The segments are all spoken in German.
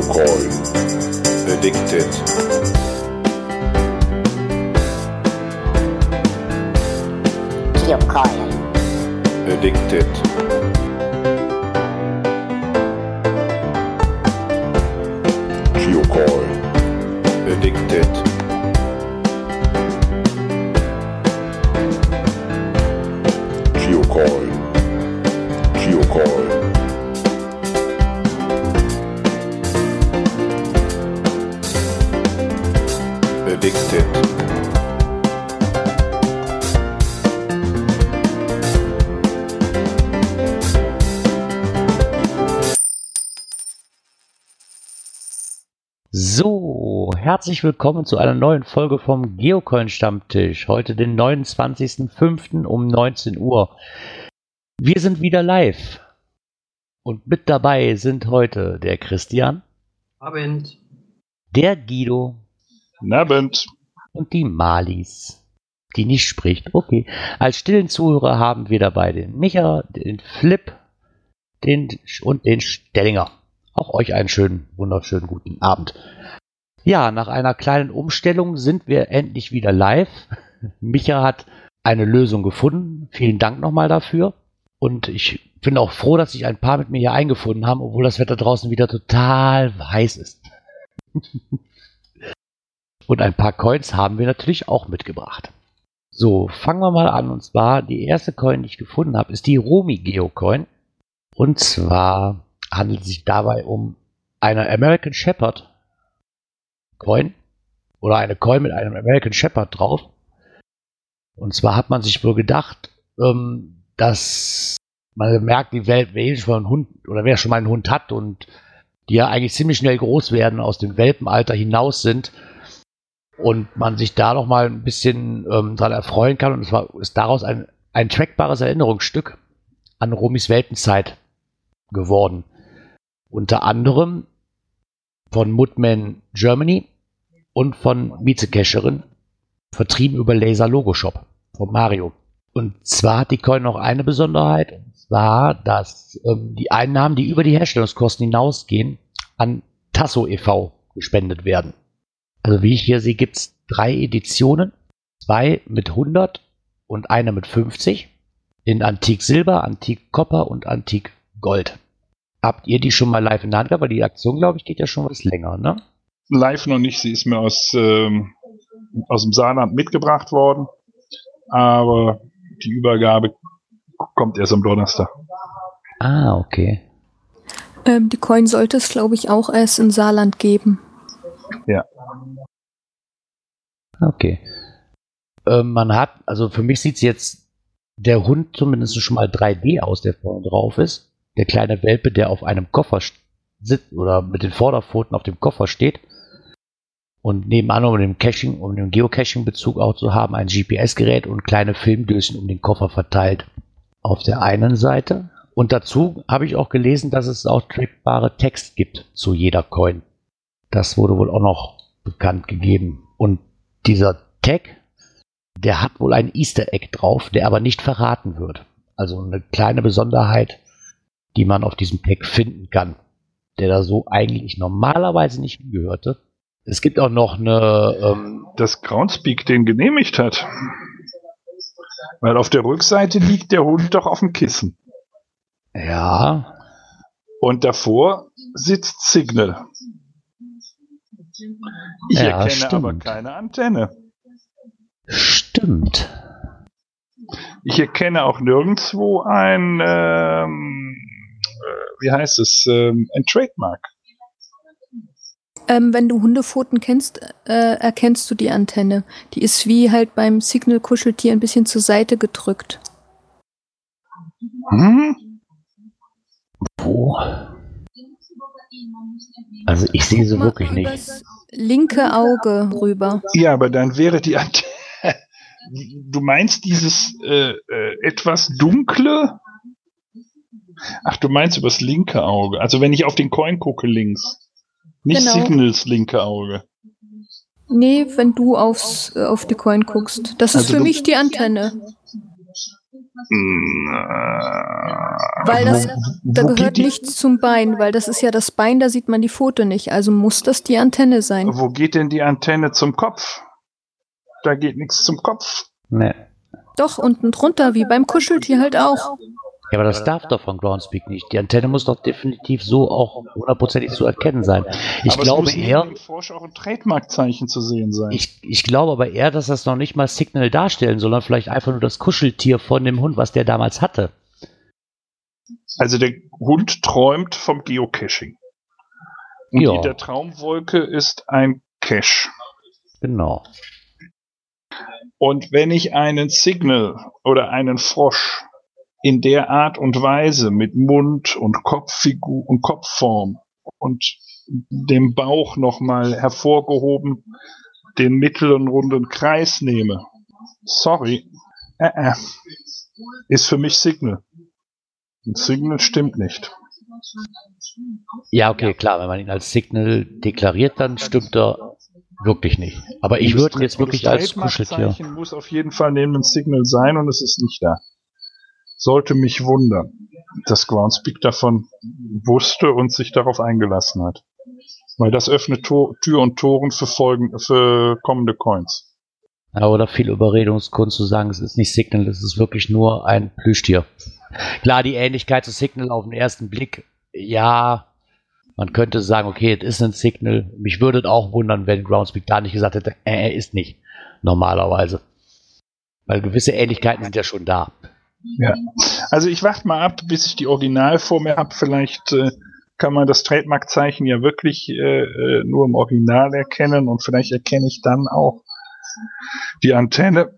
Geocoin. Addicted. Geocoin. Addicted. Geocoin. Addicted. Geocoin. Geocoin. Addicted. So, herzlich willkommen zu einer neuen Folge vom Geocoin Stammtisch. Heute den 29.05. um 19 Uhr. Wir sind wieder live. Und mit dabei sind heute der Christian. Abend. Der Guido. Abend. Und die Malis, die nicht spricht. Okay. Als stillen Zuhörer haben wir dabei den Micha, den Flip, und den Stellinger. Auch euch einen schönen, wunderschönen guten Abend. Ja, nach einer kleinen Umstellung sind wir endlich wieder live. Micha hat eine Lösung gefunden. Vielen Dank nochmal dafür. Und ich bin auch froh, dass sich ein paar mit mir hier eingefunden haben, obwohl das Wetter draußen wieder total heiß ist. Und ein paar Coins haben wir natürlich auch mitgebracht. So, fangen wir mal an. Und zwar, die erste Coin, die ich gefunden habe, ist die Romy Geocoin. Und zwar handelt es sich dabei um eine American Shepherd Coin. Oder eine Coin mit einem American Shepherd drauf. Und zwar hat man sich wohl gedacht, dass man merkt, die Welt, wer schon mal einen Hund oder wer schon mal einen Hund hat und die ja eigentlich ziemlich schnell groß werden, aus dem Welpenalter hinaus sind, und man sich da noch mal ein bisschen dran erfreuen kann. Und es ist daraus ein trackbares Erinnerungsstück an Romys Welpenzeit geworden. Unter anderem von Mudman Germany und von Mietzecacherin, vertrieben über Laser Logo Shop von Mario. Und zwar hat die Coin noch eine Besonderheit, und zwar, dass die Einnahmen, die über die Herstellungskosten hinausgehen, an Tasso e.V. gespendet werden. Also wie ich hier sehe, gibt es 3 Editionen, 2 mit 100 und eine mit 50, in Antik Silber, Antik Copper und Antik Gold. Habt ihr die schon mal live in der Hand gehabt? Weil die Aktion, glaube ich, geht ja schon was länger, ne? Live noch nicht, sie ist mir aus dem Saarland mitgebracht worden, aber die Übergabe kommt erst am Donnerstag. Ah, okay. Die Coin sollte es, glaube ich, auch erst in Saarland geben. Ja. Okay. Man hat, also für mich sieht es jetzt der Hund zumindest schon mal 3D aus, der vorne drauf ist. Der kleine Welpe, der auf einem Koffer sitzt oder mit den Vorderpfoten auf dem Koffer steht. Und nebenan, um den Geocaching-Bezug auch zu haben, ein GPS-Gerät und kleine Filmdöschen um den Koffer verteilt. Auf der einen Seite. Und dazu habe ich auch gelesen, dass es auch trackbare Text gibt zu jeder Coin. Das wurde wohl auch noch bekannt gegeben. Und dieser Tag, der hat wohl ein Easter Egg drauf, der aber nicht verraten wird. Also eine kleine Besonderheit, die man auf diesem Tag finden kann, der da so eigentlich normalerweise nicht hingehörte. Es gibt auch noch eine... dass Groundspeak den genehmigt hat. Weil auf der Rückseite liegt der Hund doch auf dem Kissen. Ja. Und davor sitzt Signal. Ich erkenne stimmt. aber keine Antenne. Stimmt. Ich erkenne auch nirgendwo ein, ein Trademark. Wenn du Hundepfoten kennst, erkennst du die Antenne. Die ist wie halt beim Signal-Kuscheltier ein bisschen zur Seite gedrückt. Wo? Also ich sehe sie wirklich nicht. Das linke Auge rüber. Ja, aber dann wäre die Antenne... Du meinst dieses etwas dunkle? Ach, du meinst übers linke Auge. Also wenn ich auf den Coin gucke links. Nicht Genau. Signals linke Auge. Nee, wenn du auf die Coin guckst. Das ist Also für du- mich die Antenne. Weil das, da wo gehört geht die, nichts zum Bein, weil das ist ja das Bein, da sieht man die Pfote nicht. Also muss das die Antenne sein. wo geht denn die Antenne zum Kopf? Da geht nichts zum Kopf. Ne. Doch, unten drunter, wie beim Kuscheltier halt auch. Ja, aber das darf doch von Groundspeak nicht. Die Antenne muss doch definitiv so auch hundertprozentig zu erkennen sein. Ich Aber glaube es muss eher, neben dem Frosch auch ein Trademarkzeichen zu sehen sein. ich glaube aber eher, dass das noch nicht mal Signal darstellen, sondern vielleicht einfach nur das Kuscheltier von dem Hund, was der damals hatte. Also der Hund träumt vom Geocaching. Und Ja. in der Traumwolke ist ein Cache. Genau. Und wenn ich einen Signal oder einen Frosch in der Art und Weise mit Mund und Kopffigur und Kopfform und dem Bauch nochmal hervorgehoben den mittleren runden Kreis nehme, sorry, ist für mich Signal. Ein Signal stimmt nicht. Ja, okay, klar, wenn man ihn als Signal deklariert, dann stimmt er wirklich nicht. Aber ich würde ihn jetzt wirklich als Kuscheltier. Trademarkzeichen muss auf jeden Fall neben dem Signal sein und es ist nicht da. Sollte mich wundern, dass Groundspeak davon wusste und sich darauf eingelassen hat. Weil das öffnet Tür und Toren für kommende Coins. Ja, oder viel Überredungskunst zu sagen, es ist nicht Signal, es ist wirklich nur ein Plüschtier. Klar, die Ähnlichkeit zu Signal auf den ersten Blick, ja, man könnte sagen, okay, es ist ein Signal. Mich würde es auch wundern, wenn Groundspeak da nicht gesagt hätte, er ist nicht, normalerweise. Weil gewisse Ähnlichkeiten sind ja schon da. Ja. Also ich warte mal ab, bis ich die Original vor mir habe. Vielleicht kann man das Trademarkzeichen ja wirklich nur im Original erkennen und vielleicht erkenne ich dann auch die Antenne.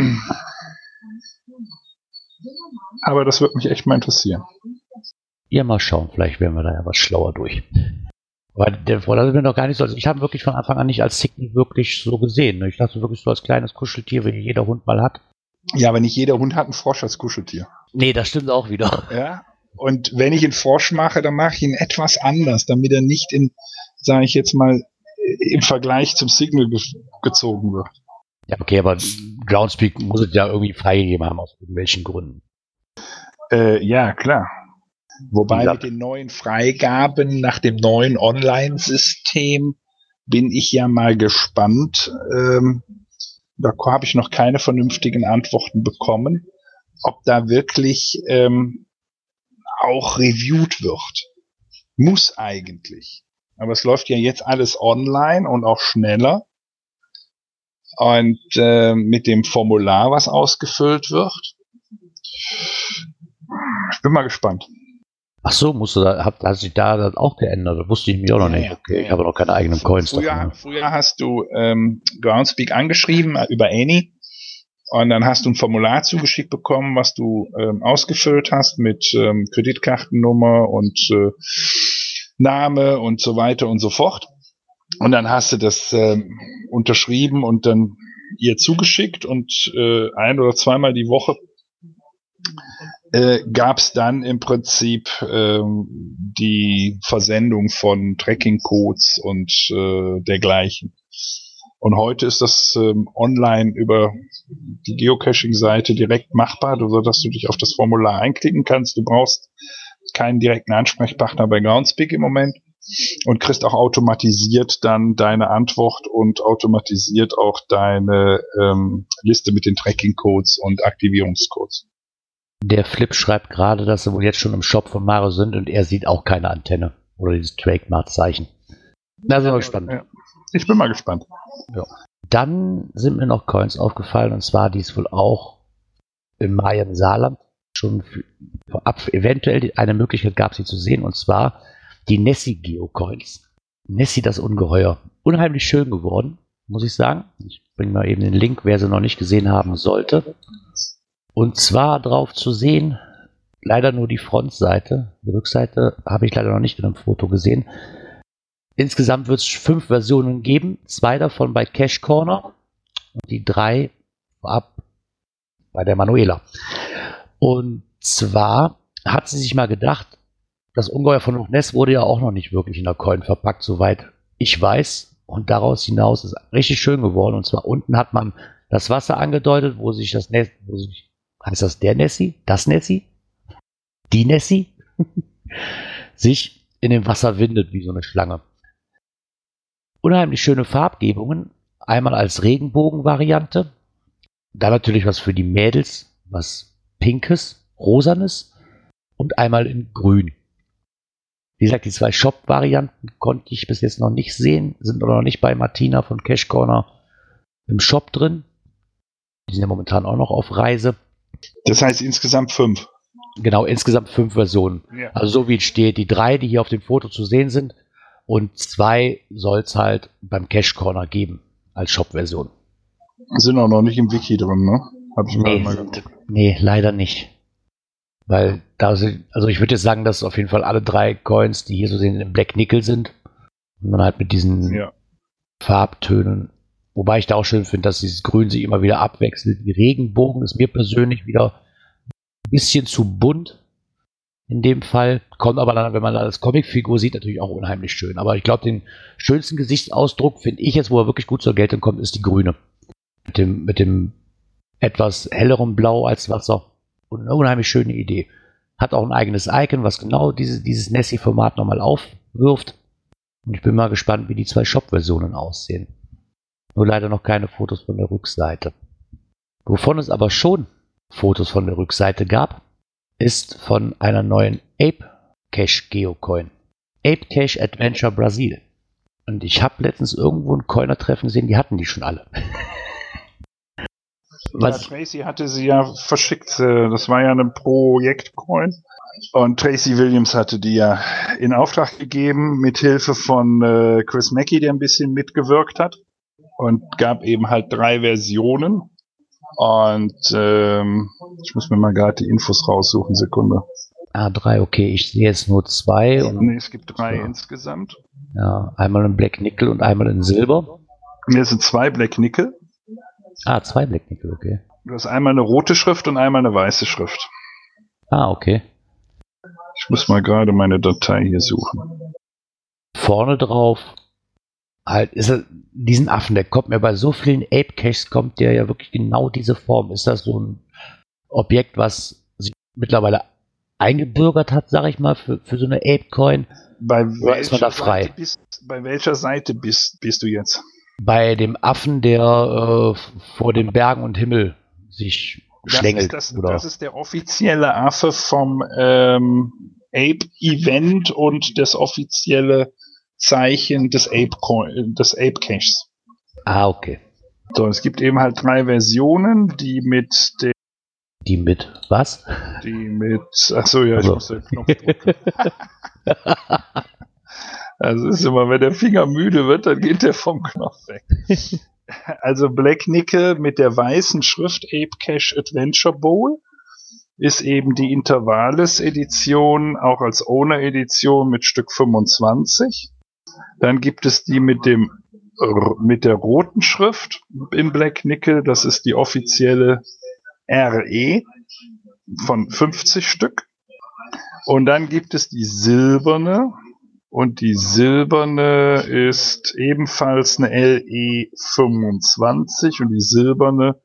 Aber das würde mich echt mal interessieren. Ja, mal schauen, vielleicht werden wir da ja was schlauer durch. Aber der Vorteil ist mir noch gar nicht so. Also ich habe wirklich von Anfang an nicht als Signal wirklich so gesehen. Ich dachte wirklich so als kleines Kuscheltier, wie jeder Hund mal hat. Ja, aber nicht jeder Hund hat einen Frosch als Kuscheltier. Nee, das stimmt auch wieder. Ja. Und wenn ich einen Frosch mache, dann mache ich ihn etwas anders, damit er nicht sage ich jetzt mal, im Vergleich zum Signal gezogen wird. Ja, okay, aber Groundspeak muss es ja irgendwie freigegeben haben, aus irgendwelchen Gründen. Ja, klar. Wobei Ja. mit den neuen Freigaben nach dem neuen Online-System bin ich ja mal gespannt. Da habe ich noch keine vernünftigen Antworten bekommen, ob da wirklich auch reviewed wird. Muss eigentlich. Aber es läuft ja jetzt alles online und auch schneller. Und mit dem Formular, was ausgefüllt wird. Ich bin mal gespannt. Ach so, hat sich da das auch geändert? Das wusste ich mir auch noch nicht. Okay, ich habe noch keine eigenen Coins davon. Früher hast du Groundspeak angeschrieben über Annie und dann hast du ein Formular zugeschickt bekommen, was du ausgefüllt hast mit Kreditkartennummer und Name und so weiter und so fort. Und dann hast du das unterschrieben und dann ihr zugeschickt und ein- oder zweimal die Woche gab es dann im Prinzip die Versendung von Tracking-Codes und dergleichen. Und heute ist das online über die Geocaching-Seite direkt machbar, sodass du dich auf das Formular einklicken kannst. Du brauchst keinen direkten Ansprechpartner bei Groundspeak im Moment und kriegst auch automatisiert dann deine Antwort und automatisiert auch deine Liste mit den Tracking-Codes und Aktivierungscodes. Der Flip schreibt gerade, dass sie wohl jetzt schon im Shop von Mario sind und er sieht auch keine Antenne oder dieses Trademark-Zeichen. Da sind wir gespannt. Ja. Ich bin mal gespannt. Ja. Dann sind mir noch Coins aufgefallen und zwar die es wohl auch im Mayen Saarland schon vorab eventuell eine Möglichkeit gab, sie zu sehen, und zwar die Nessie Geocoins. Nessie, das Ungeheuer. Unheimlich schön geworden, muss ich sagen. Ich bringe mal eben den Link, wer sie noch nicht gesehen haben sollte. Und zwar drauf zu sehen, leider nur die Frontseite. Die Rückseite habe ich leider noch nicht in einem Foto gesehen. Insgesamt wird es 5 Versionen geben. 2 davon bei Cache Corner und die 3 vorab bei der Manuela. Und zwar hat sie sich mal gedacht, das Ungeheuer von Loch Ness wurde ja auch noch nicht wirklich in der Coin verpackt, soweit ich weiß. Und daraus hinaus ist richtig schön geworden. Und zwar unten hat man das Wasser angedeutet, wo sich heißt das der Nessie, das Nessie, die Nessie, sich in dem Wasser windet wie so eine Schlange. Unheimlich schöne Farbgebungen, einmal als Regenbogen-Variante, dann natürlich was für die Mädels, was Pinkes, Rosanes und einmal in Grün. Wie gesagt, die 2 Shop-Varianten konnte ich bis jetzt noch nicht sehen, sind noch nicht bei Martina von Cash Corner im Shop drin. Die sind ja momentan auch noch auf Reise. Das heißt insgesamt 5. Genau, insgesamt 5 Versionen. Ja. Also so wie es steht, die 3, die hier auf dem Foto zu sehen sind, und 2 soll es halt beim Cash Corner geben, als Shop-Version. Sind auch noch nicht im Wiki drin, ne? Hab ich mal geguckt. Nee, leider nicht. Weil da sind, also ich würde jetzt sagen, dass auf jeden Fall alle 3 Coins, die hier so sehen, im Black Nickel sind. Und dann halt mit diesen Farbtönen. Wobei ich da auch schön finde, dass dieses Grün sich immer wieder abwechselt. Die Regenbogen ist mir persönlich wieder ein bisschen zu bunt. In dem Fall. Kommt aber dann, wenn man das Comicfigur sieht, natürlich auch unheimlich schön. Aber ich glaube, den schönsten Gesichtsausdruck finde ich jetzt, wo er wirklich gut zur Geltung kommt, ist die grüne. Mit dem etwas helleren Blau als Wasser. Und eine unheimlich schöne Idee. Hat auch ein eigenes Icon, was genau dieses Nessie-Format nochmal aufwirft. Und ich bin mal gespannt, wie die 2 Shop-Versionen aussehen. Nur leider noch keine Fotos von der Rückseite. Wovon es aber schon Fotos von der Rückseite gab, ist von einer neuen Ape Cash Geocoin. Ape Cash Adventure Brasil. Und ich habe letztens irgendwo ein Coiner-Treffen gesehen, die hatten die schon alle. Tracy hatte sie ja verschickt. Das war ja ein Projektcoin. Und Tracy Williams hatte die ja in Auftrag gegeben, mit Hilfe von Chris Mackey, der ein bisschen mitgewirkt hat. Und gab eben halt 3 Versionen. Und ich muss mir mal gerade die Infos raussuchen, Sekunde. 3, okay, ich sehe jetzt nur 2. Nee, es gibt 3 insgesamt. Ja, einmal in Black Nickel und einmal in Silber. Hier sind 2 Black Nickel. 2 Black Nickel, okay. Du hast einmal eine rote Schrift und einmal eine weiße Schrift. Okay. Ich muss mal gerade meine Datei hier suchen. Vorne drauf halt ist er, diesen Affen, der kommt mir bei so vielen Ape Caches, kommt der ja wirklich genau diese Form. Ist das so ein Objekt, was sich mittlerweile eingebürgert hat, sag ich mal, für so eine Ape Coin? Oder ist man da frei? Bei welcher Seite bist du jetzt? Bei dem Affen, der vor den Bergen und Himmel sich schlängelt. Das ist der offizielle Affe vom Ape-Event und das offizielle Zeichen des Ape-Caches. Okay. So, es gibt eben halt 3 Versionen, die mit was? Achso, ja, ich muss den Knopf drücken. Also ist immer, wenn der Finger müde wird, dann geht der vom Knopf weg. Also Black Nickel mit der weißen Schrift Ape Cache Adventure Bowl ist eben die Intervalis-Edition, auch als Owner-Edition mit Stück 25. Dann gibt es die mit der roten Schrift in Black Nickel, das ist die offizielle RE von 50 Stück. Und dann gibt es die silberne. Und die silberne ist ebenfalls eine LE25 und die silberne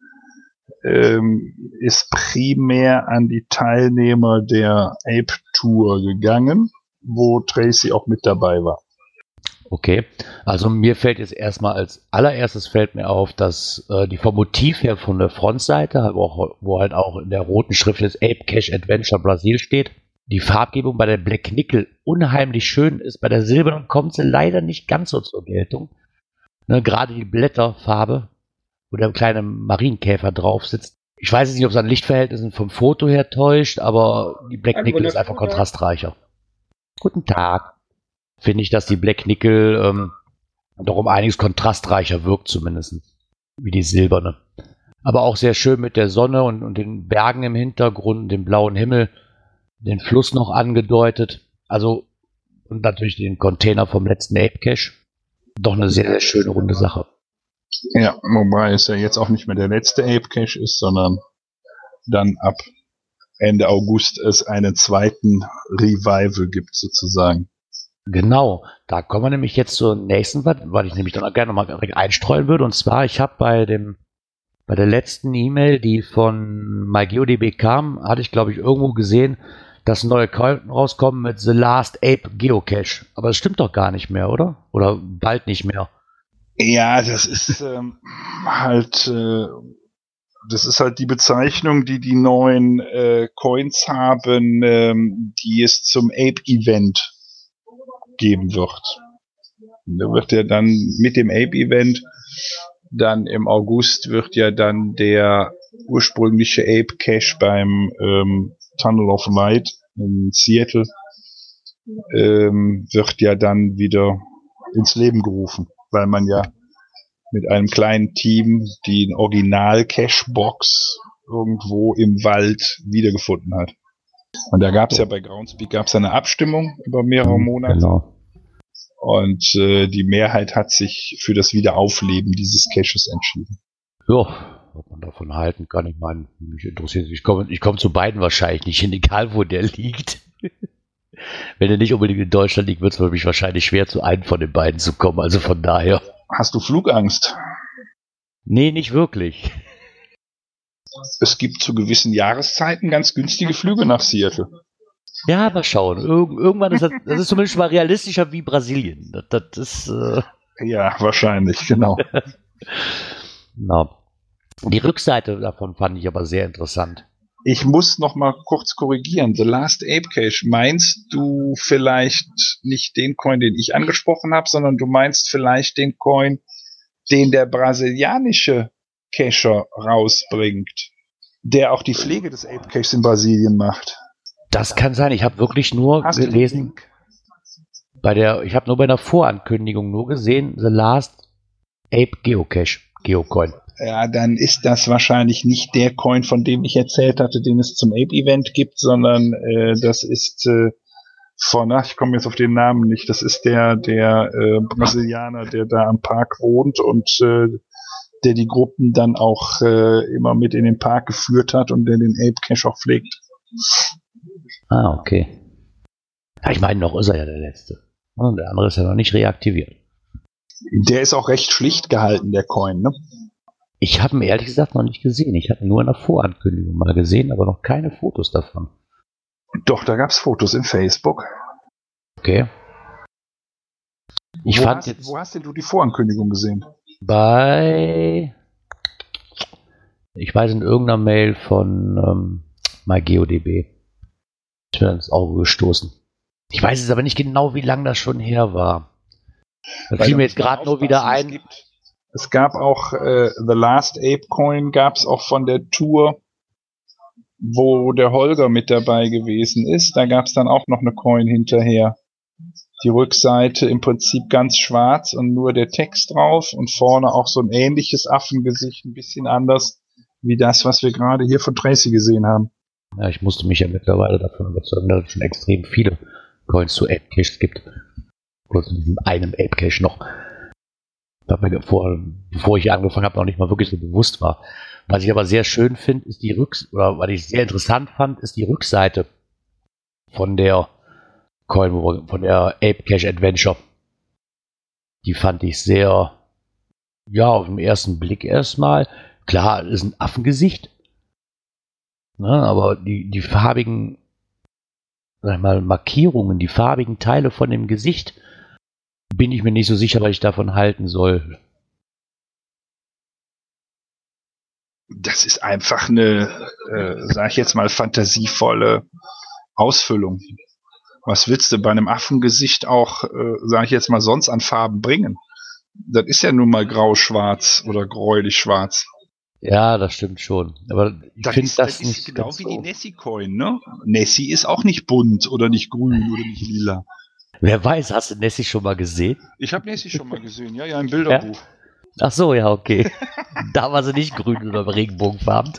ist primär an die Teilnehmer der Ape Tour gegangen, wo Tracy auch mit dabei war. Okay, also mir fällt jetzt erstmal als allererstes fällt mir auf, dass die vom Motiv her von der Frontseite, wo halt auch in der roten Schrift des Ape Cache Adventure Brasil steht, die Farbgebung bei der Black Nickel unheimlich schön ist. Bei der silbernen kommt sie leider nicht ganz so zur Geltung. Ne, gerade die Blätterfarbe, wo der kleine Marienkäfer drauf sitzt. Ich weiß jetzt nicht, ob es an Lichtverhältnissen vom Foto her täuscht, aber die Black Nickel ist einfach kontrastreicher. Guten Tag. Finde ich, dass die Black Nickel doch um einiges kontrastreicher wirkt zumindest, wie die silberne. Aber auch sehr schön mit der Sonne und den Bergen im Hintergrund, dem blauen Himmel, den Fluss noch angedeutet. Also, und natürlich den Container vom letzten Ape Cache. Doch eine sehr, sehr schöne runde Sache. Ja, wobei es ja jetzt auch nicht mehr der letzte Ape Cache ist, sondern dann ab Ende August es einen zweiten Revival gibt sozusagen. Genau, da kommen wir nämlich jetzt zur nächsten, weil ich nämlich dann auch gerne nochmal einstreuen würde. Und zwar, ich habe bei dem Bei der letzten E-Mail, die von MyGeoDB kam, hatte ich, glaube ich, irgendwo gesehen, dass neue Coin rauskommen mit The Last Ape Geocache. Aber das stimmt doch gar nicht mehr, oder? Oder bald nicht mehr. Ja, das ist das ist halt die Bezeichnung, die die neuen Coins haben, die es zum Ape-Event geben wird. Da wird ja dann mit dem Ape-Event dann im August wird ja dann der ursprüngliche Ape Cache beim Tunnel of Light in Seattle wird ja dann wieder ins Leben gerufen, weil man ja mit einem kleinen Team die Original-Cache-Box irgendwo im Wald wiedergefunden hat. Und da gab es ja bei Groundspeak eine Abstimmung über mehrere Monate. Genau. Und die Mehrheit hat sich für das Wiederaufleben dieses Caches entschieden. Ja, was man davon halten kann, ich meine, mich interessiert, ich komm zu beiden wahrscheinlich nicht hin, egal wo der liegt. Wenn er nicht unbedingt in Deutschland liegt, wird es für mich wahrscheinlich schwer, zu einem von den beiden zu kommen, also von daher. Hast du Flugangst? Nee, nicht wirklich. Es gibt zu gewissen Jahreszeiten ganz günstige Flüge nach Seattle. Ja, mal schauen. Irgendwann ist das ist zumindest mal realistischer wie Brasilien. Das ist. Ja, wahrscheinlich, genau. Na. Die Rückseite davon fand ich aber sehr interessant. Ich muss noch mal kurz korrigieren. The Last Ape Cache, meinst du vielleicht nicht den Coin, den ich angesprochen habe, sondern du meinst vielleicht den Coin, den der brasilianische Cacher rausbringt, der auch die Pflege des Ape Caches in Brasilien macht? Das kann sein. Ich habe wirklich nur gelesen, ich habe nur bei der Vorankündigung nur gesehen, The Last Ape Geocache, Geocoin. Ja, dann ist das wahrscheinlich nicht der Coin, von dem ich erzählt hatte, den es zum Ape-Event gibt, sondern das ist ich komme jetzt auf den Namen nicht, das ist der Brasilianer, der da am Park wohnt und der die Gruppen dann auch immer mit in den Park geführt hat und der den Ape-Cache auch pflegt. Ah, okay. Ja, ich meine, noch ist er ja der Letzte. Und der andere ist ja noch nicht reaktiviert. Der ist auch recht schlicht gehalten, der Coin, ne? Ich habe ihn ehrlich gesagt noch nicht gesehen. Ich hatte nur in der Vorankündigung mal gesehen, aber noch keine Fotos davon. Doch, da gab es Fotos in Facebook. Okay. Wo hast denn du die Vorankündigung gesehen? Ich weiß, in irgendeiner Mail von MyGeoDB. Ich bin ins Auge gestoßen. Ich weiß jetzt aber nicht genau, wie lange das schon her war. Da fiel mir jetzt gerade nur wieder ein. Es gab auch The Last Ape Coin, gab es auch von der Tour, wo der Holger mit dabei gewesen ist. Da gab es dann auch noch eine Coin hinterher. Die Rückseite im Prinzip ganz schwarz und nur der Text drauf und vorne auch so ein ähnliches Affengesicht, ein bisschen anders wie das, was wir gerade hier von Tracy gesehen haben. Ja, ich musste mich ja mittlerweile davon überzeugen, dass es schon extrem viele Coins zu Ape Caches gibt. Oder zu diesem einem Ape Cache noch. Was mir bevor ich hier angefangen habe, noch nicht mal wirklich so bewusst war. Was ich aber sehr schön finde, ist was ich sehr interessant fand, ist die Rückseite von der Coin, von der Ape Cache Adventure. Die fand ich sehr, ja, auf den ersten Blick erstmal. Klar, ist ein Affengesicht. Ne, aber die farbigen, sag ich mal, Markierungen, die farbigen Teile von dem Gesicht, bin ich mir nicht so sicher, was ich davon halten soll. Das ist einfach eine, sag ich jetzt mal, fantasievolle Ausfüllung. Was willst du bei einem Affengesicht auch, sag ich jetzt mal, sonst an Farben bringen? Das ist ja nun mal grau-schwarz oder gräulich-schwarz. Ja, das stimmt schon. Aber ich finde das nicht genau ganz wie so. die Nessie-Coin, ne? Nessie ist auch nicht bunt oder nicht grün oder nicht lila. Wer weiß, hast du Nessie schon mal gesehen? Ich habe Nessie schon mal gesehen, ja, im Bilderbuch. Ja? Ach so, ja, okay. Da war sie nicht grün oder regenbogenfarben.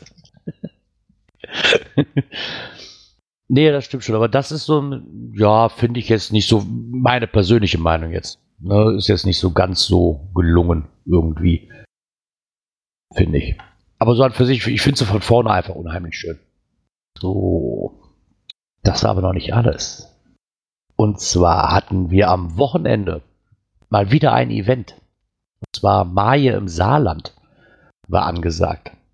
Nee, das stimmt schon. Aber das ist so, ja, finde ich jetzt nicht so, meine persönliche Meinung jetzt. Ne, ist jetzt nicht so ganz so gelungen irgendwie. Finde ich. Aber so an für sich, ich finde sie von vorne einfach unheimlich schön. So. Das war aber noch nicht alles. Und zwar hatten wir am Wochenende mal wieder ein Event. Und zwar Maje im Saarland war angesagt.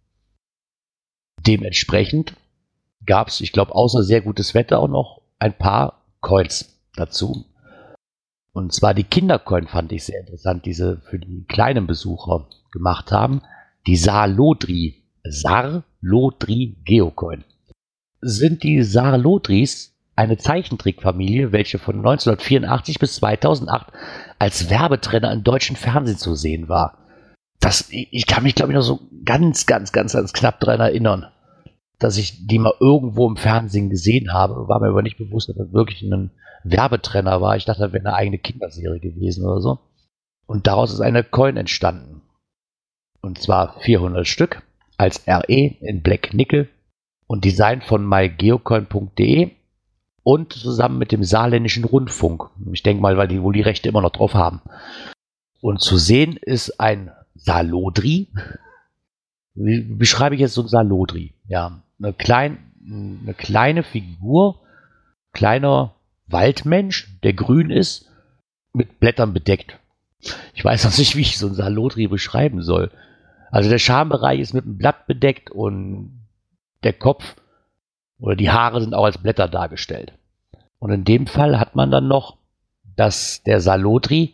dementsprechend gab es, ich glaube, außer sehr gutes Wetter auch noch ein paar Coins dazu. Und zwar die Kindercoin fand ich sehr interessant, diese für die kleinen Besucher gemacht haben. Die Sarlodri Geocoin. Sind die Sarlodris eine Zeichentrickfamilie, welche von 1984 bis 2008 als Werbetrenner im deutschen Fernsehen zu sehen war. Ich kann mich, glaube ich, noch so ganz knapp daran erinnern, dass ich die mal irgendwo im Fernsehen gesehen habe. War mir aber nicht bewusst, dass das wirklich ein Werbetrenner war. Ich dachte, das wäre eine eigene Kinderserie gewesen oder so. Und daraus ist eine Coin entstanden. Und zwar 400 Stück als RE in Black Nickel und Design von mygeocoin.de und zusammen mit dem Saarländischen Rundfunk. Ich denke mal, weil die wohl die Rechte immer noch drauf haben. Und zu sehen ist ein Sarlodri. Wie beschreibe ich jetzt so ein Sarlodri? Ja, eine kleine Figur, kleiner Waldmensch, der grün ist, mit Blättern bedeckt. Ich weiß noch nicht, wie ich so ein Sarlodri beschreiben soll. Also der Schambereich ist mit einem Blatt bedeckt und der Kopf oder die Haare sind auch als Blätter dargestellt. Und in dem Fall hat man dann noch, dass der Sarlodri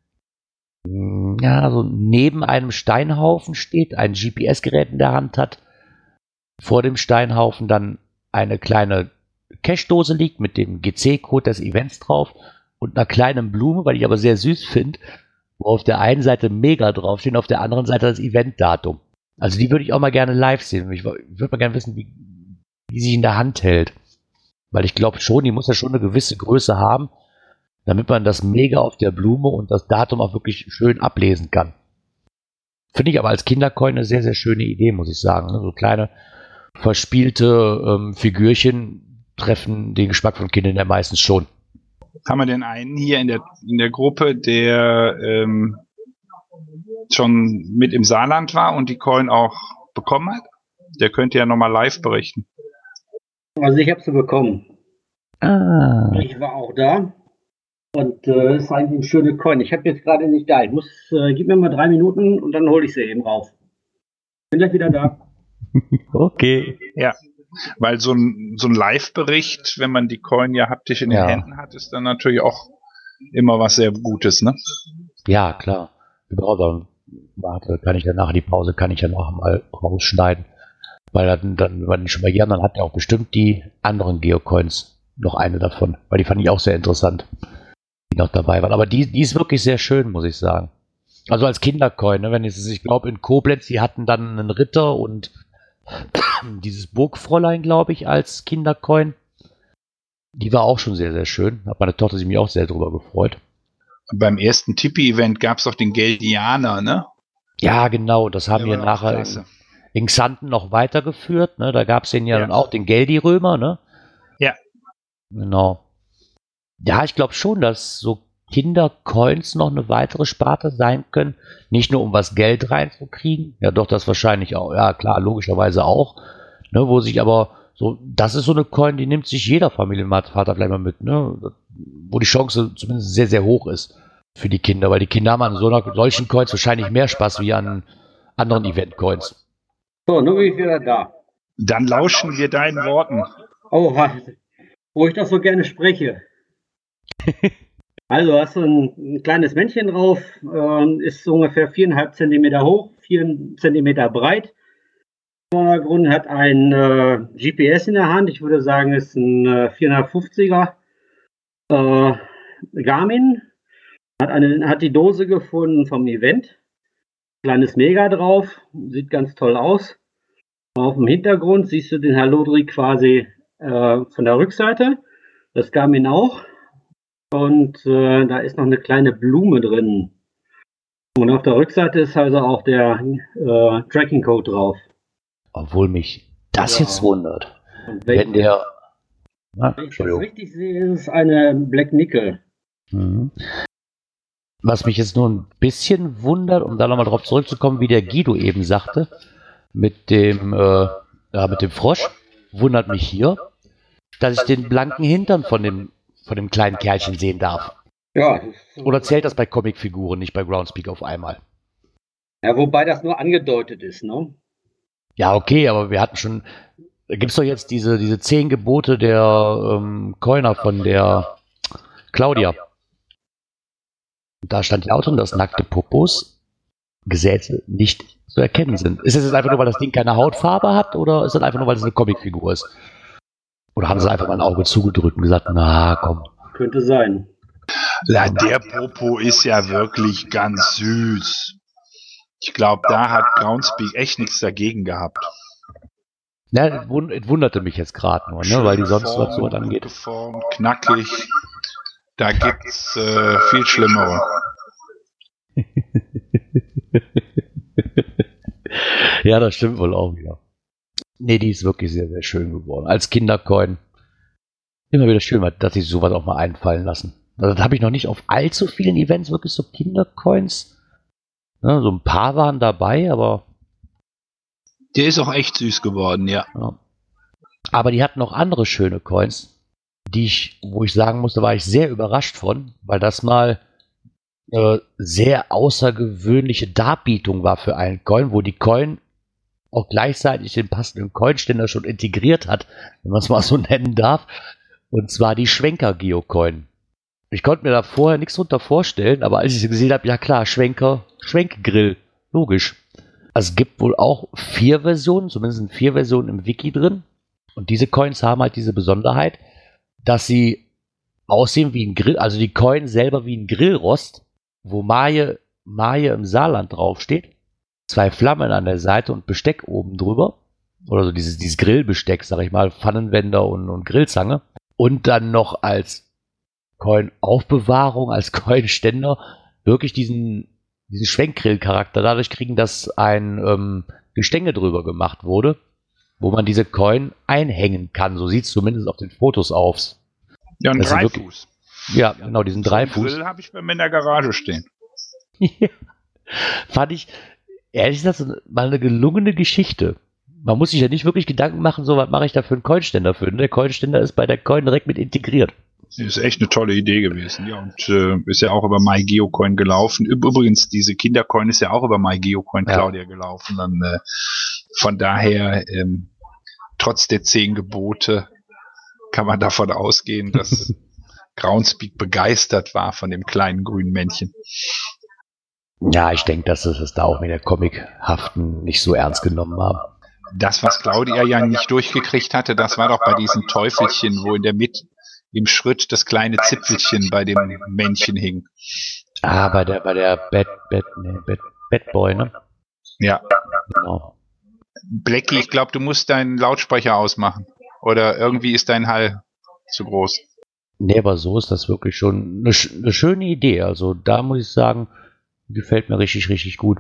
so neben einem Steinhaufen steht, ein GPS-Gerät in der Hand hat, vor dem Steinhaufen dann eine kleine Cashdose liegt mit dem GC-Code des Events drauf und einer kleinen Blume, weil ich aber sehr süß finde, wo auf der einen Seite Mega draufsteht und auf der anderen Seite das Eventdatum. Also die würde ich auch mal gerne live sehen. Ich würde mal gerne wissen, wie sie in der Hand hält. Weil ich glaube schon, die muss ja schon eine gewisse Größe haben, damit man das Mega auf der Blume und das Datum auch wirklich schön ablesen kann. Finde ich aber als Kindercoin eine sehr, sehr schöne Idee, muss ich sagen. So kleine verspielte Figürchen treffen den Geschmack von Kindern ja meistens schon. Haben wir denn einen hier in der Gruppe, der schon mit im Saarland war und die Coin auch bekommen hat? Der könnte ja nochmal live berichten. Also ich habe sie bekommen. Ich war auch da. Und ist eigentlich eine schöne Coin. Ich habe jetzt gerade nicht da. Gib mir mal 3 Minuten und dann hole ich sie eben raus. Bin gleich wieder da. Okay. Ja, weil so ein Live-Bericht, wenn man die Coin ja haptisch in den Händen hat, ist dann natürlich auch immer was sehr Gutes, ne? Ja, klar. Überhaupt, warte, kann ich ja nachher die Pause, kann ich ja noch mal rausschneiden. Weil dann wenn ich schon mal hier, dann hat er auch bestimmt die anderen Geocoins noch eine davon. Weil die fand ich auch sehr interessant, die noch dabei waren. Aber die ist wirklich sehr schön, muss ich sagen. Also als Kindercoin, ne? Ich glaube in Koblenz, die hatten dann einen Ritter und dieses Burgfräulein, glaube ich, als Kindercoin. Die war auch schon sehr, sehr schön. Hat meine Tochter sich mich auch sehr drüber gefreut. Beim ersten Tipi-Event gab es doch den Geldianer, ne? Ja, genau. Das haben wir nachher in Xanten noch weitergeführt. Ne? Da gab es den ja dann auch, den Geldi-Römer, ne? Ja. Genau. Ja, ich glaube schon, dass so Kindercoins noch eine weitere Sparte sein können. Nicht nur, um was Geld reinzukriegen. Ja, doch, das wahrscheinlich auch. Ja, klar, logischerweise auch. Ne, wo sich aber so, das ist so eine Coin, die nimmt sich jeder Familienvater vielleicht mal mit, ne? Wo die Chance zumindest sehr, sehr hoch ist für die Kinder. Weil die Kinder haben an solchen Coins wahrscheinlich mehr Spaß wie an anderen Event-Coins. So, nun bin ich wieder da. Dann lauschen wir deinen Worten. Oh, wo ich das so gerne spreche. Also hast du ein kleines Männchen drauf, ist ungefähr 4,5 Zentimeter hoch, 4 Zentimeter breit. Im Vordergrund hat ein GPS in der Hand, ich würde sagen, ist ein 450er Garmin. Hat die Dose gefunden vom Event. Kleines Mega drauf, sieht ganz toll aus. Auf dem Hintergrund siehst du den Sarlodri quasi von der Rückseite, das Garmin auch. Und da ist noch eine kleine Blume drin. Und auf der Rückseite ist also auch der Tracking-Code drauf. Obwohl mich das jetzt wundert. Wenn der... Wenn ich das richtig sehe, ist es eine Black Nickel. Mhm. Was mich jetzt nur ein bisschen wundert, um da nochmal drauf zurückzukommen, wie der Guido eben sagte, mit dem Frosch, wundert mich hier, dass ich den blanken Hintern von dem kleinen Kerlchen sehen darf. Ja. Oder zählt das bei Comicfiguren, nicht bei Groundspeak auf einmal? Ja, wobei das nur angedeutet ist, ne? Ja, okay, aber wir hatten schon. Da gibt es doch jetzt diese 10 Gebote der Coiner von der Claudia. Und da stand ja auch drin, dass nackte Popos Gesäße nicht zu erkennen sind. Ist das jetzt einfach nur, weil das Ding keine Hautfarbe hat oder ist das einfach nur, weil es eine Comicfigur ist? Oder haben sie einfach mal ein Auge zugedrückt und gesagt, na komm. Könnte sein. Ja, der Popo ist ja wirklich ganz süß. Ich glaube, da hat Groundspeak echt nichts dagegen gehabt. Ja, es wunderte mich jetzt gerade nur, ne, weil die sonst was so angeht. Geformt, knackig. Da gibt's viel Schlimmere. Ja, das stimmt wohl auch wieder. Nee, die ist wirklich sehr, sehr schön geworden. Als Kindercoin. Immer wieder schön, dass sich sowas auch mal einfallen lassen. Also, das habe ich noch nicht auf allzu vielen Events, wirklich so Kindercoins. Ne, so ein paar waren dabei, aber. Der ist auch echt süß geworden, ja. Aber die hatten noch andere schöne Coins, wo ich sagen musste, war ich sehr überrascht von, weil das mal sehr außergewöhnliche Darbietung war für einen Coin, wo die Coin auch gleichzeitig den passenden Coinständer schon integriert hat, wenn man es mal so nennen darf. Und zwar die Schwenker-Geocoin. Ich konnte mir da vorher nichts drunter vorstellen, aber als ich sie gesehen habe, ja klar, Schwenkgrill, logisch. Also es gibt wohl auch 4 Versionen, zumindest sind 4 Versionen im Wiki drin. Und diese Coins haben halt diese Besonderheit, dass sie aussehen wie ein Grill, also die Coin selber wie ein Grillrost, wo Maje im Saarland draufsteht. 2 Flammen an der Seite und Besteck oben drüber. Oder so dieses Grillbesteck, sag ich mal, Pfannenwender und Grillzange. Und dann noch als Coin-Aufbewahrung, als Coin-Ständer wirklich diesen Schwenkgrill-Charakter dadurch kriegen, dass ein Gestänge drüber gemacht wurde, wo man diese Coin einhängen kann. So sieht es zumindest auf den Fotos aus. Ja, ein Das sind Dreifuß. Ja, genau, diesen Dreifuß. Grill habe ich bei mir in der Garage stehen. Ja. Fand ich, ehrlich gesagt, mal eine gelungene Geschichte. Man muss sich ja nicht wirklich Gedanken machen, so was mache ich da für einen Coinständer für. Der Coinständer ist bei der Coin direkt mit integriert. Ist echt eine tolle Idee gewesen. Ja, und ist ja auch über MyGeocoin gelaufen. Übrigens, diese Kindercoin ist ja auch über MyGeocoin Claudia gelaufen. Dann, von daher, trotz der 10 Gebote, kann man davon ausgehen, dass Groundspeak begeistert war von dem kleinen grünen Männchen. Ja, ich denke, dass es da auch mit der Comichaften nicht so ernst genommen haben. Das, was Claudia ja nicht durchgekriegt hatte, das war doch bei diesem Teufelchen, wo in der Mitte im Schritt das kleine Zipfelchen bei dem Männchen hing. Ah, bei der Bad Boy, ne? Ja. Genau. Blackie, ich glaube, du musst deinen Lautsprecher ausmachen. Oder irgendwie ist dein Hall zu groß. Nee, aber so ist das wirklich schon eine schöne Idee. Also da muss ich sagen, gefällt mir richtig, richtig gut.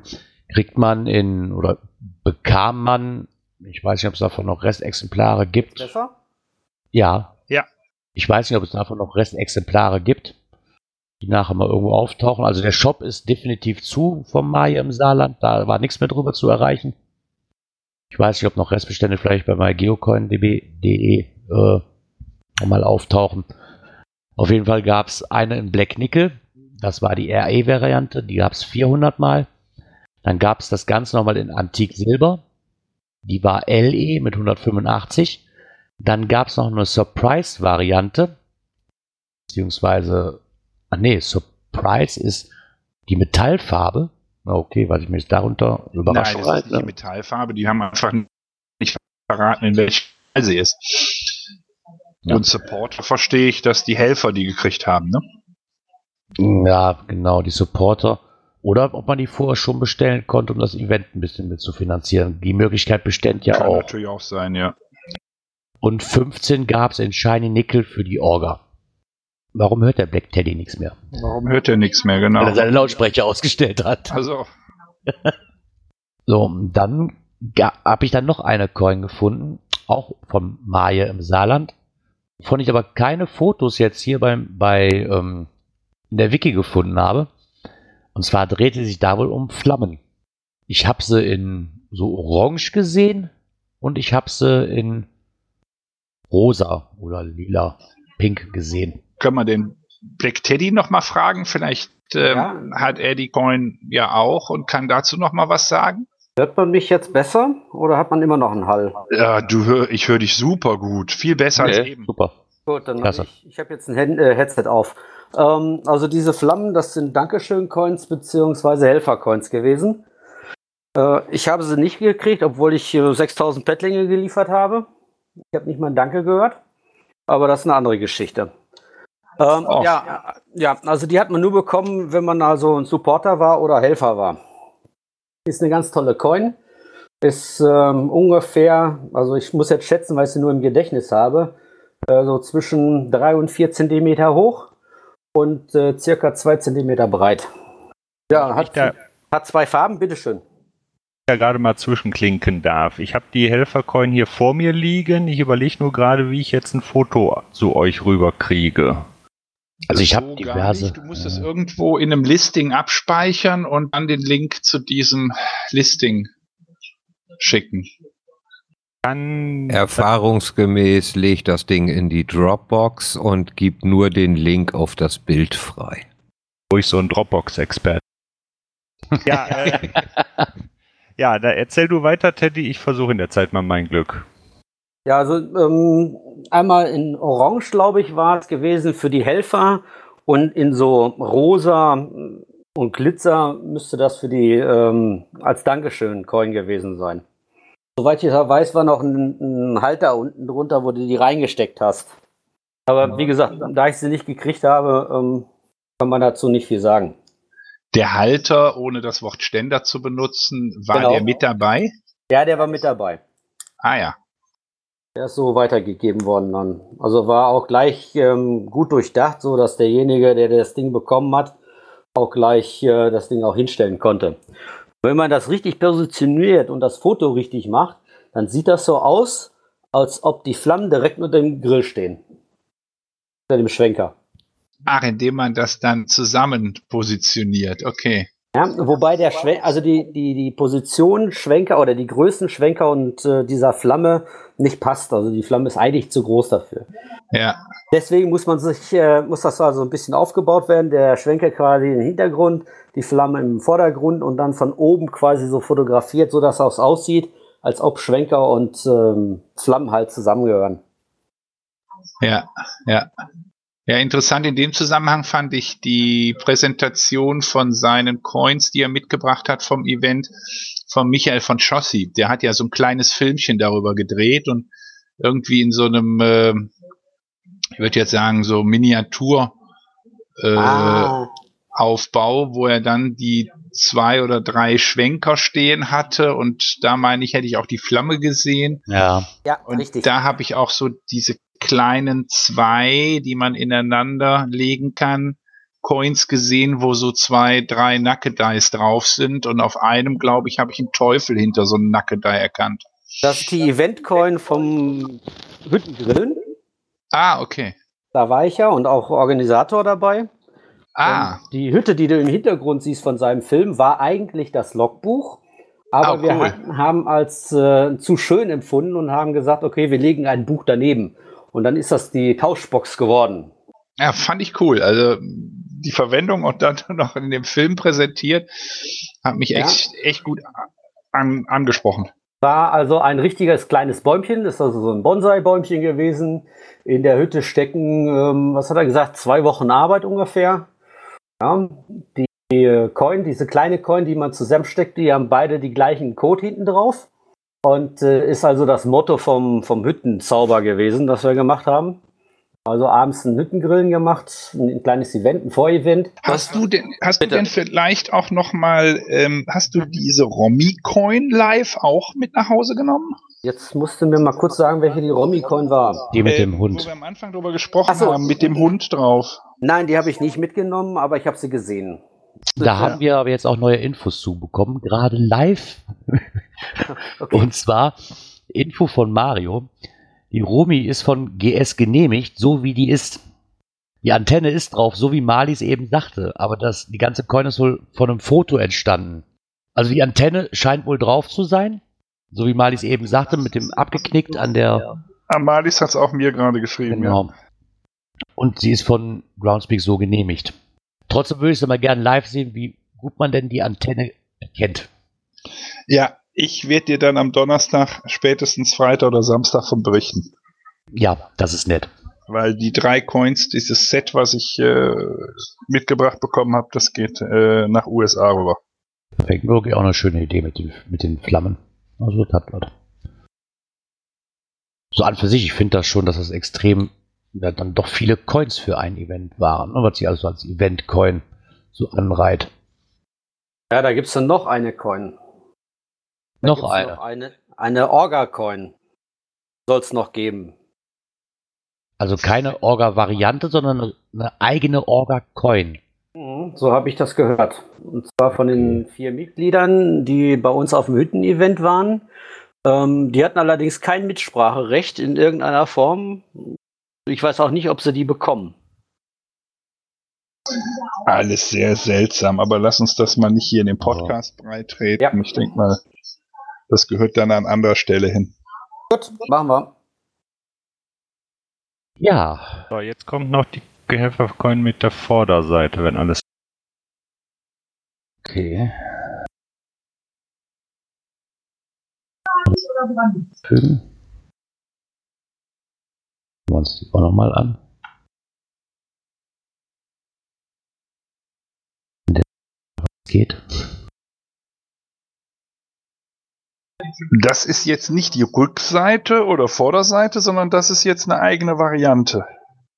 Bekam man, ich weiß nicht, ob es davon noch Restexemplare gibt. Besser? Ja. Ja. Ich weiß nicht, ob es davon noch Restexemplare gibt, die nachher mal irgendwo auftauchen. Also der Shop ist definitiv zu vom Maje im Saarland. Da war nichts mehr drüber zu erreichen. Ich weiß nicht, ob noch Restbestände vielleicht bei mygeocoin.de mal auftauchen. Auf jeden Fall gab es eine in Black Nickel. Das war die RE-Variante. Die gab es 400 Mal. Dann gab es das Ganze nochmal in Antik Silber. Die war LE mit 185. Dann gab es noch eine Surprise-Variante. Beziehungsweise, Surprise ist die Metallfarbe. Okay, was ich mich darunter überrascht. Nein, das ist nicht die Metallfarbe. Die haben einfach nicht verraten, in welcher Weise sie ist. Ja. Und Supporter verstehe ich, dass die Helfer die gekriegt haben, ne? Ja, genau, die Supporter. Oder ob man die vorher schon bestellen konnte, um das Event ein bisschen mit zu finanzieren. Die Möglichkeit bestand ja Kann auch. natürlich auch sein, ja. Und 15 gab es in Shiny Nickel für die Orga. Warum hört der Black Teddy nichts mehr? Warum hört er nichts mehr, genau? Weil er seine Lautsprecher ausgestellt hat. Also. So, dann habe ich dann noch eine Coin gefunden, auch vom Maje im Saarland, wovon ich aber keine Fotos jetzt hier in der Wiki gefunden habe. Und zwar drehte sich da wohl um Flammen. Ich habe sie in so orange gesehen und ich habe sie in rosa oder lila, pink gesehen. Können wir den Black Teddy noch mal fragen? Vielleicht hat er die Coin ja auch und kann dazu noch mal was sagen. Hört man mich jetzt besser oder hat man immer noch einen Hall? Ja, ich höre dich super gut. Viel besser als eben. Super. Gut, dann Klasse. ich habe jetzt ein Headset auf. Also diese Flammen, das sind Dankeschön-Coins bzw. Helfer-Coins gewesen. Ich habe sie nicht gekriegt, obwohl ich 6000 Pettlinge geliefert habe. Ich habe nicht mal ein Danke gehört, aber das ist eine andere Geschichte. Ja, also die hat man nur bekommen, wenn man also ein Supporter war oder Helfer war. Ist eine ganz tolle Coin. Ist ungefähr, also ich muss jetzt schätzen, weil ich sie nur im Gedächtnis habe, so zwischen 3 und 4 Zentimeter hoch und circa 2 Zentimeter breit. Ja, hat 2 Farben, bitteschön. Ja, gerade mal zwischenklinken darf. Ich habe die Helfercoin hier vor mir liegen. Ich überlege nur gerade, wie ich jetzt ein Foto zu euch rüberkriege. Also ich So habe gar diverse. nicht. Du musst es irgendwo in einem Listing abspeichern und dann den Link zu diesem Listing schicken. Erfahrungsgemäß legt das Ding in die Dropbox und gibt nur den Link auf das Bild frei. Ruhig so ein Dropbox-Experte. Ja, ja, da erzähl du weiter, Teddy. Ich versuche in der Zeit mal mein Glück. Ja, also einmal in Orange, glaube ich, war es gewesen für die Helfer und in so rosa und Glitzer müsste das für die als Dankeschön-Coin gewesen sein. Soweit ich weiß, war noch ein Halter unten drunter, wo du die reingesteckt hast. Aber wie gesagt, da ich sie nicht gekriegt habe, kann man dazu nicht viel sagen. Der Halter, ohne das Wort Ständer zu benutzen, war Genau. der mit dabei? Ja, der war mit dabei. Ah ja. Der ist so weitergegeben worden dann. Also war auch gleich gut durchdacht, so dass derjenige, der das Ding bekommen hat, auch gleich das Ding auch hinstellen konnte. Wenn man das richtig positioniert und das Foto richtig macht, dann sieht das so aus, als ob die Flammen direkt unter dem Grill stehen. Unter dem Schwenker. Ach, indem man das dann zusammen positioniert. Okay. Ja, wobei der also die Position Schwenker oder die Größen Schwenker und dieser Flamme nicht passt. Also die Flamme ist eigentlich zu groß dafür. Ja. Deswegen muss das also ein bisschen aufgebaut werden. Der Schwenker quasi im Hintergrund, die Flamme im Vordergrund und dann von oben quasi so fotografiert, sodass es aussieht, als ob Schwenker und Flammen halt zusammengehören. Ja, ja. Ja, interessant. In dem Zusammenhang fand ich die Präsentation von seinen Coins, die er mitgebracht hat vom Event, von Michael von Schossi. Der hat ja so ein kleines Filmchen darüber gedreht und irgendwie in so einem, ich würde jetzt sagen, so Miniatur Aufbau, wo er dann die 2 oder 3 Schwenker stehen hatte und da meine ich, hätte ich auch die Flamme gesehen. Ja. Ja, Und richtig. da habe ich auch so diese kleinen 2, die man ineinander legen kann, Coins gesehen, wo so 2, 3 Nackedeyes drauf sind und auf einem, glaube ich, habe ich einen Teufel hinter so einem Nackedey erkannt. Das ist die Event-Coin vom Hüttengrillen. Ah, okay. Da war ich ja und auch Organisator dabei. Ah, Die Hütte, die du im Hintergrund siehst von seinem Film, war eigentlich das Logbuch. Aber Oh, wir cool. haben als zu schön empfunden und haben gesagt, okay, wir legen ein Buch daneben. Und dann ist das die Tauschbox geworden. ja, fand ich cool. Also die Verwendung und dann noch in dem Film präsentiert, hat mich echt gut angesprochen. War also ein richtiges kleines Bäumchen, ist also so ein Bonsai-Bäumchen gewesen. In der Hütte stecken, was hat er gesagt, 2 Wochen Arbeit ungefähr. Ja, die Coin, diese kleine Coin, die man zusammensteckt, die haben beide die gleichen Code hinten drauf. Und ist also das Motto vom Hüttenzauber gewesen, das wir gemacht haben. Also abends ein Hüttengrillen gemacht, ein kleines Event, ein Vorevent. Hast du denn vielleicht auch noch mal, hast du diese Romy-Coin live auch mit nach Hause genommen? Jetzt musst du mir mal kurz sagen, welche die Romy-Coin war. Die mit dem Wo Hund. wir am Anfang drüber gesprochen Ach so. haben, mit dem Hund drauf. Nein, die habe ich nicht mitgenommen, aber ich habe sie gesehen. Da haben wir aber jetzt auch neue Infos zu bekommen, gerade live. Okay. Und zwar Info von Mario. Die Romy ist von GS genehmigt, so wie die ist. Die Antenne ist drauf, so wie Marlies eben sagte. Aber die ganze Coin ist wohl von einem Foto entstanden. Also die Antenne scheint wohl drauf zu sein. So wie Marlies eben sagte, mit dem abgeknickt an der... Amalis hat es auch mir gerade geschrieben. Genau. Und sie ist von Groundspeak so genehmigt. Trotzdem würde ich es mal gerne live sehen, wie gut man denn die Antenne erkennt. Ja, Ich werde dir dann am Donnerstag, spätestens Freitag oder Samstag von berichten. Ja, das ist nett. Weil die 3 Coins, dieses Set, was ich mitgebracht bekommen habe, das geht nach USA rüber. Perfekt, wirklich auch eine schöne Idee mit den Flammen. Also das hat was. So an für sich, ich finde das schon, dass das extrem dann doch viele Coins für ein Event waren, ne, was sich also als Event-Coin so anreiht. Ja, da gibt es dann noch eine Coin. Noch eine. Eine Orga-Coin soll es noch geben. Also keine Orga-Variante, sondern eine eigene Orga-Coin. So habe ich das gehört. Und zwar von den 4 Mitgliedern, die bei uns auf dem Hütten-Event waren. Die hatten allerdings kein Mitspracherecht in irgendeiner Form. Ich weiß auch nicht, ob sie die bekommen. Alles sehr seltsam, aber lass uns das mal nicht hier in den Podcast breitreten. Ja. Ich denke mal, das gehört dann an anderer Stelle hin. Gut, machen wir. Ja. So, jetzt kommt noch die Helfercoin mit der Vorderseite, wenn alles. Okay. Fügen. Schauen wir uns die auch nochmal an. Geht. Das ist jetzt nicht die Rückseite oder Vorderseite, sondern das ist jetzt eine eigene Variante.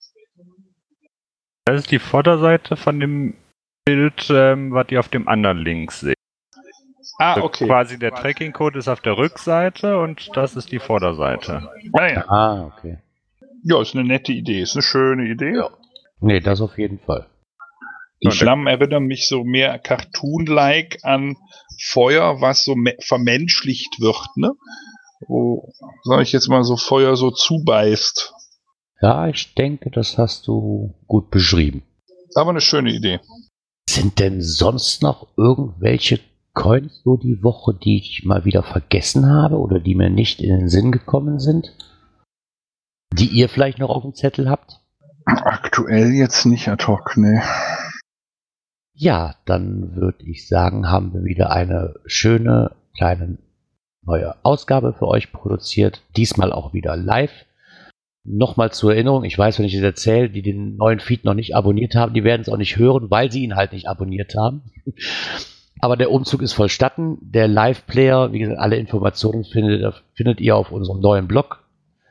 Das ist die Vorderseite von dem Bild, was ihr auf dem anderen Link seht. Ah, okay. Quasi der Tracking-Code ist auf der Rückseite und das ist die Vorderseite. Naja. Ah, okay. Ja, ist eine nette Idee, ist eine schöne Idee. Ja. Nee, das auf jeden Fall. Die Flammen erinnern mich so mehr Cartoon-like an Feuer, was so vermenschlicht wird, ne? Wo, sag ich jetzt mal, so Feuer so zubeißt. Ja, ich denke, das hast du gut beschrieben. Aber eine schöne Idee. Sind denn sonst noch irgendwelche Coins so die Woche, die ich mal wieder vergessen habe oder die mir nicht in den Sinn gekommen sind? Die ihr vielleicht noch auf dem Zettel habt? Aktuell jetzt nicht ad hoc, ne. Ja, dann würde ich sagen, haben wir wieder eine schöne kleine neue Ausgabe für euch produziert. Diesmal auch wieder live. Nochmal zur Erinnerung, ich weiß, wenn ich es erzähle, die den neuen Feed noch nicht abonniert haben, die werden es auch nicht hören, weil sie ihn halt nicht abonniert haben. Aber der Umzug ist vollstatten. Der Live-Player, wie gesagt, alle Informationen findet ihr auf unserem neuen Blog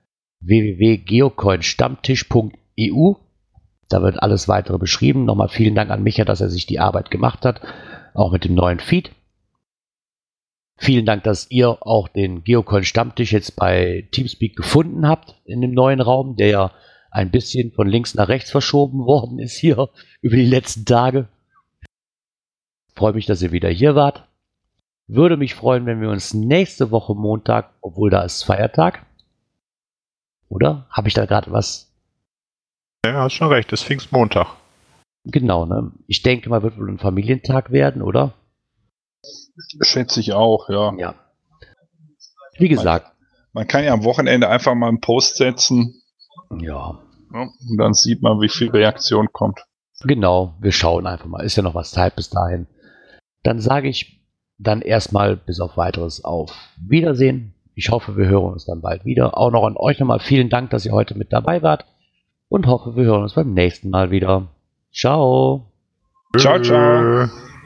www.geocoinstammtisch.eu. Da wird alles weitere beschrieben. Nochmal vielen Dank an Micha, dass er sich die Arbeit gemacht hat, auch mit dem neuen Feed. Vielen Dank, dass ihr auch den Geocoin Stammtisch jetzt bei Teamspeak gefunden habt in dem neuen Raum, der ja ein bisschen von links nach rechts verschoben worden ist hier über die letzten Tage. Freue mich, dass ihr wieder hier wart. Würde mich freuen, wenn wir uns nächste Woche Montag, obwohl da ist Feiertag. Oder? Habe ich da gerade was? Ja, hast schon recht, es ist Pfingstmontag. Genau, ne? Ich denke mal, wird wohl ein Familientag werden, oder? Schätze ich auch, ja. Ja. Wie gesagt. Man kann ja am Wochenende einfach mal einen Post setzen. Ja. Und dann sieht man, wie viel Reaktion kommt. Genau, wir schauen einfach mal. Ist ja noch was Zeit bis dahin. Dann sage ich dann erstmal bis auf weiteres auf Wiedersehen. Ich hoffe, wir hören uns dann bald wieder. Auch noch an euch nochmal vielen Dank, dass ihr heute mit dabei wart. Und hoffe, wir hören uns beim nächsten Mal wieder. Ciao. Ciao, ciao.